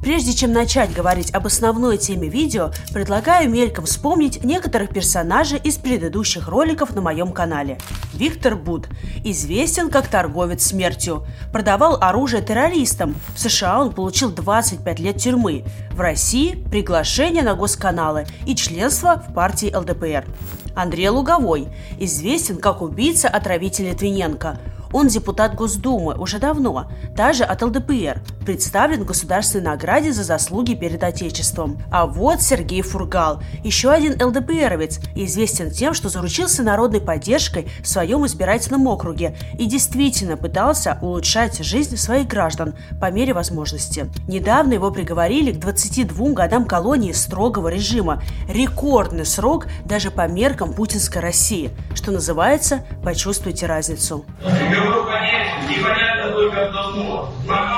Прежде чем начать говорить об основной теме видео, предлагаю мельком вспомнить некоторых персонажей из предыдущих роликов на моем канале. Виктор Буд известен как торговец смертью. Продавал оружие террористам. В США он получил 25 лет тюрьмы. В России – приглашение на госканалы и членство в партии ЛДПР. Андрей Луговой известен как убийца-отравитель Литвиненко. Он депутат Госдумы уже давно, даже от ЛДПР, представлен в государственной награде за заслуги перед Отечеством. А вот Сергей Фургал, еще один ЛДПРовец, известен тем, что заручился народной поддержкой в своем избирательном округе и действительно пытался улучшать жизнь своих граждан по мере возможности. Недавно его приговорили к 22 годам колонии строгого режима. Рекордный срок даже по меркам путинской России, что называется «почувствуйте разницу». Непонятно только одно.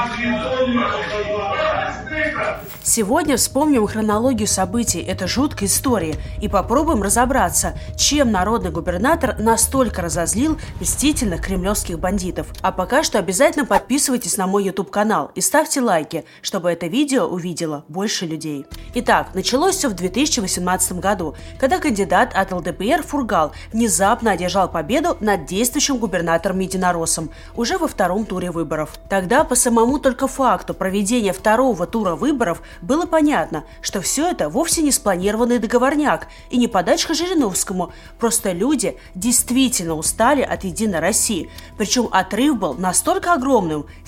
Сегодня вспомним хронологию событий этой жуткой истории и попробуем разобраться, чем народный губернатор настолько разозлил мстительных кремлевских бандитов. А пока что обязательно подписывайтесь на мой YouTube-канал и ставьте лайки, чтобы это видео увидело больше людей. Итак, началось все в 2018 году, когда кандидат от ЛДПР Фургал внезапно одержал победу над действующим губернатором Единороссом уже во втором туре выборов. Тогда по самому только факту проведения второго тура выборов было понятно, что все это вовсе не спланированный договорняк и не подачка Жириновскому. Просто люди действительно устали от Единой России. Причем отрыв был настолько огромным –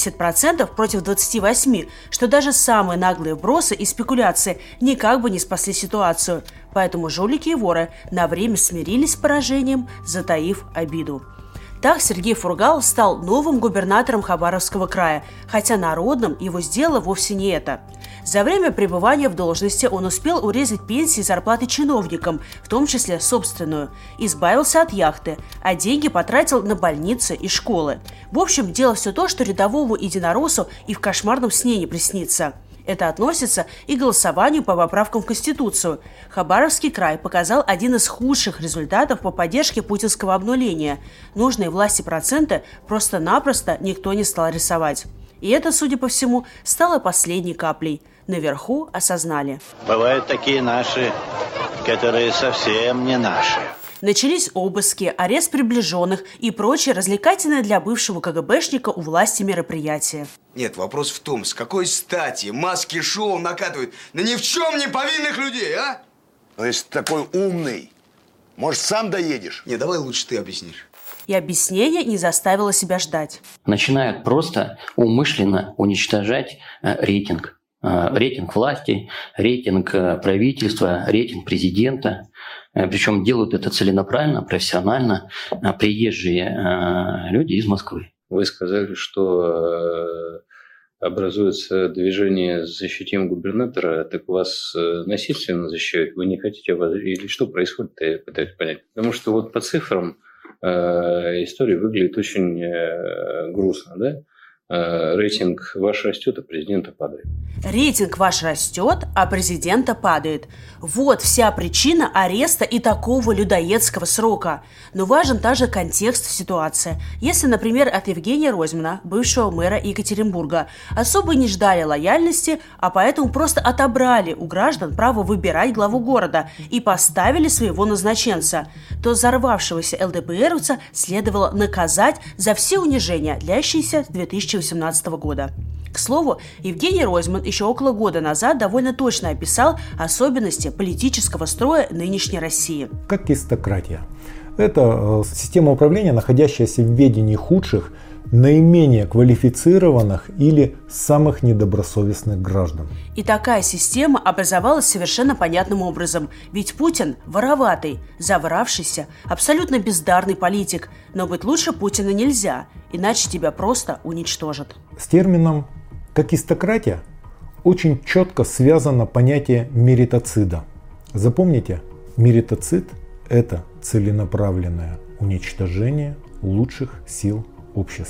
70% против 28%, что даже самые наглые вбросы и спекуляции никак бы не спасли ситуацию. Поэтому жулики и воры на время смирились с поражением, затаив обиду. Так Сергей Фургал стал новым губернатором Хабаровского края, хотя народным его сделало вовсе не это. За время пребывания в должности он успел урезать пенсии и зарплаты чиновникам, в том числе собственную, избавился от яхты, а деньги потратил на больницы и школы. В общем, делал все то, что рядовому единороссу и в кошмарном сне не приснится. Это относится и к голосованию по поправкам в Конституцию. Хабаровский край показал один из худших результатов по поддержке путинского обнуления. Нужные власти проценты просто-напросто никто не стал рисовать. И это, судя по всему, стало последней каплей. Наверху осознали. Бывают такие наши, которые совсем не наши. Начались обыски, арест приближенных и прочие развлекательные для бывшего КГБшника у власти мероприятия. Нет, вопрос в том, с какой стати маски-шоу накатывают на ни в чем не повинных людей, а? Но если ты такой умный, может, сам доедешь? Не, давай лучше ты объяснишь. И объяснение не заставило себя ждать. Начинают просто умышленно уничтожать рейтинг. Рейтинг власти, рейтинг правительства, рейтинг президента. Причем делают это целенаправленно, профессионально, приезжие люди из Москвы. Вы сказали, что образуется движение «Защитим губернатора», так вас насильственно защищают? Вы не хотите? Или что происходит, я пытаюсь понять. Потому что вот по цифрам история выглядит очень грустно, да? Рейтинг ваш растет, а президента падает. Рейтинг ваш растет, а президента падает. Вот вся причина ареста и такого людоедского срока. Но важен также контекст ситуации. Если, например, от Евгения Розьмана, бывшего мэра Екатеринбурга, особо не ждали лояльности, а поэтому просто отобрали у граждан право выбирать главу города и поставили своего назначенца, то взорвавшегося ЛДПРовца следовало наказать за все унижения, длящиеся с 2018 года. К слову, Евгений Розьман еще около года назад довольно точно описал особенности политического строя нынешней России. Как кистократия. Это система управления, находящаяся в ведении худших, наименее квалифицированных или самых недобросовестных граждан. И такая система образовалась совершенно понятным образом. Ведь Путин вороватый, завравшийся, абсолютно бездарный политик. Но быть лучше Путина нельзя, иначе тебя просто уничтожат. С термином «какистократия» очень четко связано понятие меритоцида. Запомните, меритоцид – это целенаправленное уничтожение лучших сил общества.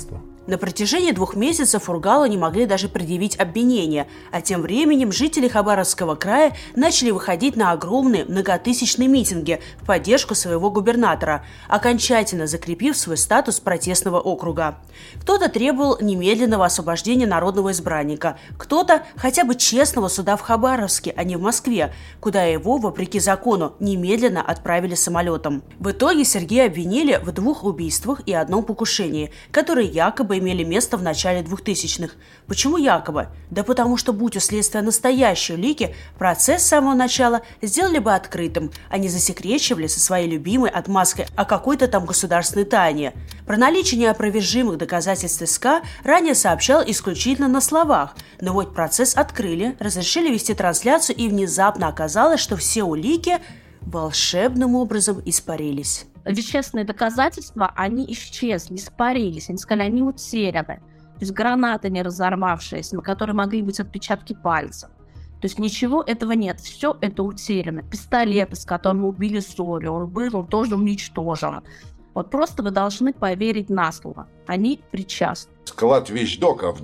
На протяжении 2 месяцев Фургалу не могли даже предъявить обвинения, а тем временем жители Хабаровского края начали выходить на огромные многотысячные митинги в поддержку своего губернатора, окончательно закрепив свой статус протестного округа. Кто-то требовал немедленного освобождения народного избранника, кто-то хотя бы честного суда в Хабаровске, а не в Москве, куда его, вопреки закону, немедленно отправили самолетом. В итоге Сергея обвинили в 2 убийствах и 1 покушении, которые якобы имели место в начале 2000-х. Почему якобы? Да потому что, будь у следствия настоящие улики, процесс с самого начала сделали бы открытым, а не засекречивали со своей любимой отмазкой о какой-то там государственной тайне. Про наличие неопровержимых доказательств СК ранее сообщал исключительно на словах, но вот процесс открыли, разрешили вести трансляцию, и внезапно оказалось, что все улики волшебным образом испарились. Вещественные доказательства, они исчезли, испарились, они сказали, они утеряны. То есть гранаты не разорвавшиеся, на которые могли быть отпечатки пальцев. То есть ничего этого нет, все это утеряно. Пистолет, из которого убили Зорю, он тоже уничтожен. Вот просто вы должны поверить на слово. Они причастны. Склад вещдоков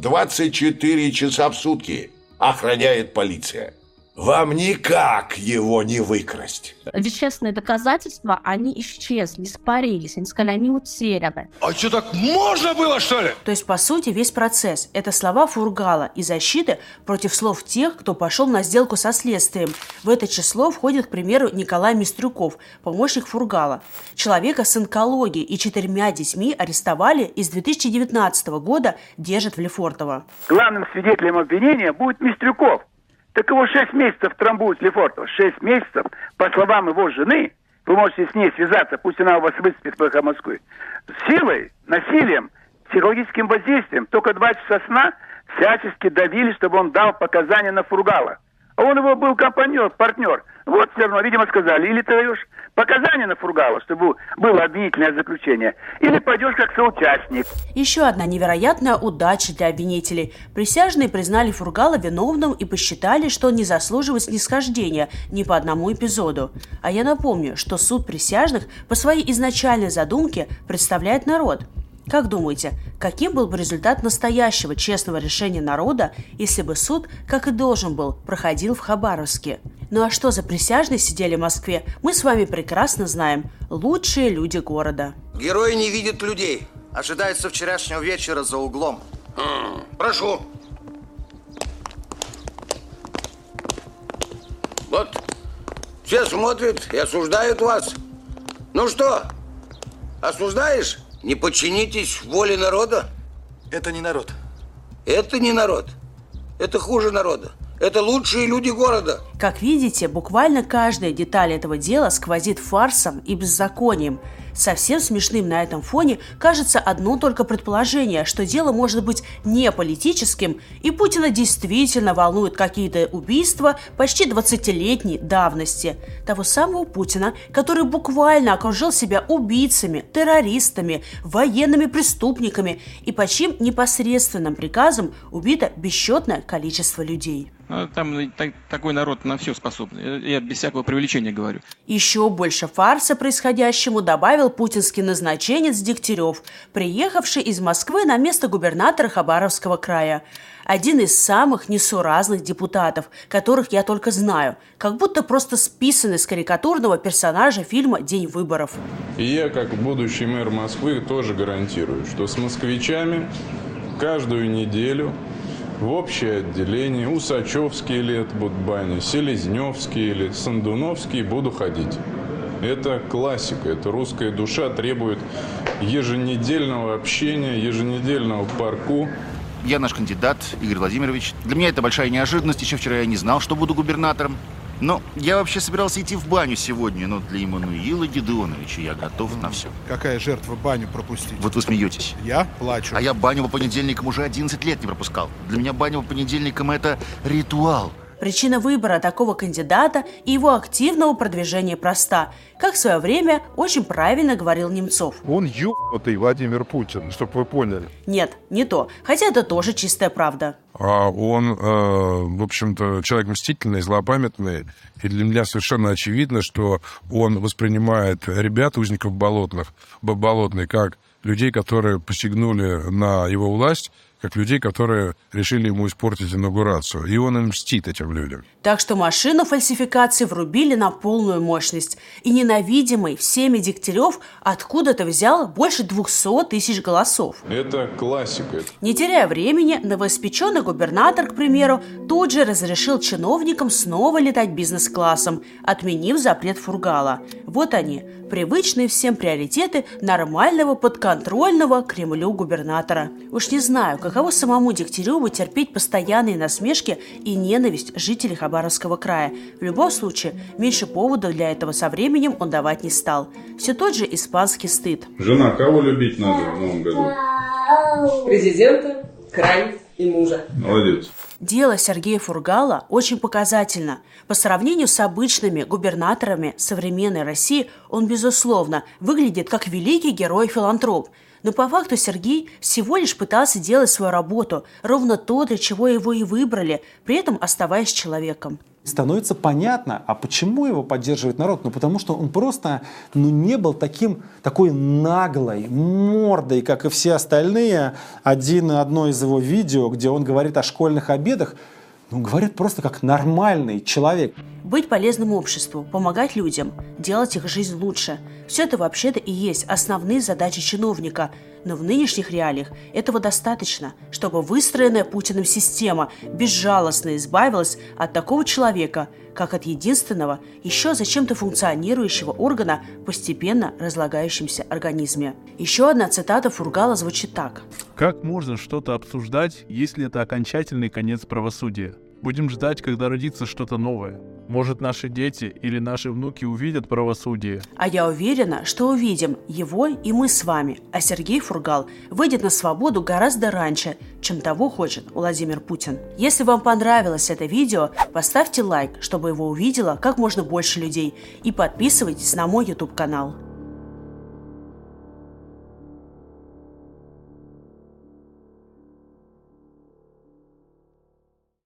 24 часа в сутки охраняет полиция. Вам никак его не выкрасть. Вещественные доказательства, они исчезли, испарились, они сказали, они утеряны. А что, так можно было, что ли? То есть, по сути, весь процесс – это слова Фургала и защиты против слов тех, кто пошел на сделку со следствием. В это число входит, к примеру, Николай Мистрюков, помощник Фургала. Человека с онкологией и 4 детьми арестовали и с 2019 года держат в Лефортово. Главным свидетелем обвинения будет Мистрюков. Так его 6 месяцев трамбуют Лефортово. 6 месяцев, по словам его жены, вы можете с ней связаться, пусть она у вас выспит в Москве, силой, насилием, психологическим воздействием. Только 2 часа сна всячески давили, чтобы он дал показания на Фургала. А он его был партнер. Вот все равно, видимо, сказали, или ты даешь показания на Фургала, чтобы было обвинительное заключение, или пойдешь как соучастник. Еще одна невероятная удача для обвинителей. Присяжные признали Фургала виновным и посчитали, что он не заслуживает снисхождения ни по одному эпизоду. А я напомню, что суд присяжных по своей изначальной задумке представляет народ. Как думаете, каким был бы результат настоящего честного решения народа, если бы суд, как и должен был, проходил в Хабаровске? Ну а что за присяжные сидели в Москве, мы с вами прекрасно знаем. Лучшие люди города. Герои не видят людей. Ожидается вчерашнего вечера за углом. Прошу. Вот, все смотрят и осуждают вас. Ну что, осуждаешь? Не подчинитесь воле народа? Это не народ. Это не народ. Это хуже народа. Это лучшие люди города. Как видите, буквально каждая деталь этого дела сквозит фарсом и беззаконием. Совсем смешным на этом фоне кажется одно только предположение, что дело может быть не политическим, и Путина действительно волнуют какие-то убийства почти 20-летней давности. Того самого Путина, который буквально окружил себя убийцами, террористами, военными преступниками, и по чьим непосредственным приказам убито бесчетное количество людей. Там такой народ на все способен. Я без всякого преувеличения говорю. Еще больше фарса происходящему добавил путинский назначенец Дегтярев, приехавший из Москвы на место губернатора Хабаровского края. Один из самых несуразных депутатов, которых я только знаю, как будто просто списанный с карикатурного персонажа фильма «День выборов». И я, как будущий мэр Москвы, тоже гарантирую, что с москвичами каждую неделю в общее отделение Усачевские лет будут бани, Селезневские или Сандуновские буду ходить. Это классика, это русская душа требует еженедельного общения, еженедельного парку. Я наш кандидат, Игорь Владимирович. Для меня это большая неожиданность. Еще вчера я не знал, что буду губернатором. Но я вообще собирался идти в баню сегодня, но для Эммануила Гедеоновича я готов на все. Какая жертва баню пропустить? Вот вы смеетесь. Я плачу. А я баню по понедельникам уже 11 лет не пропускал. Для меня баня по понедельникам – это ритуал. Причина выбора такого кандидата и его активного продвижения проста. Как в свое время очень правильно говорил Немцов. Он ебанутый Владимир Путин, чтобы вы поняли. Нет, не то. Хотя это тоже чистая правда. Он, в общем-то, человек мстительный, злопамятный. И для меня совершенно очевидно, что он воспринимает ребят, узников болотной, как людей, которые посягнули на его власть, как людей, которые решили ему испортить инаугурацию. И он им мстит, этим людям. Так что машину фальсификации врубили на полную мощность. И ненавидимый всеми Дегтярев откуда-то взял больше 200 тысяч голосов. Это классика. Не теряя времени, новоиспеченный губернатор, к примеру, тут же разрешил чиновникам снова летать бизнес-классом, отменив запрет Фургала. Вот они, привычные всем приоритеты нормального подконтрольного Кремлю губернатора. Уж не знаю, каково самому Дегтяреву терпеть постоянные насмешки и ненависть жителей Хабаровского края. В любом случае, меньше поводов для этого со временем он давать не стал. Все тот же испанский стыд. Жена, кого любить надо в новом году? Президента, край и мужа. Молодец. Дело Сергея Фургала очень показательно. По сравнению с обычными губернаторами современной России он, безусловно, выглядит как великий герой-филантроп. Но по факту Сергей всего лишь пытался делать свою работу, ровно то, для чего его и выбрали, при этом оставаясь человеком. Становится понятно, а почему его поддерживает народ? Ну, потому что он просто не был такой наглой мордой, как и все остальные. Одно из его видео, где он говорит о школьных обедах, говорит просто как нормальный человек. Быть полезным обществу, помогать людям, делать их жизнь лучше – все это вообще-то и есть основные задачи чиновника. Но в нынешних реалиях этого достаточно, чтобы выстроенная Путиным система безжалостно избавилась от такого человека, как от единственного, еще зачем-то функционирующего органа в постепенно разлагающемся организме. Еще одна цитата Фургала звучит так. «Как можно что-то обсуждать, если это окончательный конец правосудия? Будем ждать, когда родится что-то новое. Может, наши дети или наши внуки увидят правосудие». А я уверена, что увидим его и мы с вами. А Сергей Фургал выйдет на свободу гораздо раньше, чем того хочет Владимир Путин. Если вам понравилось это видео, поставьте лайк, чтобы его увидело как можно больше людей. И подписывайтесь на мой YouTube-канал.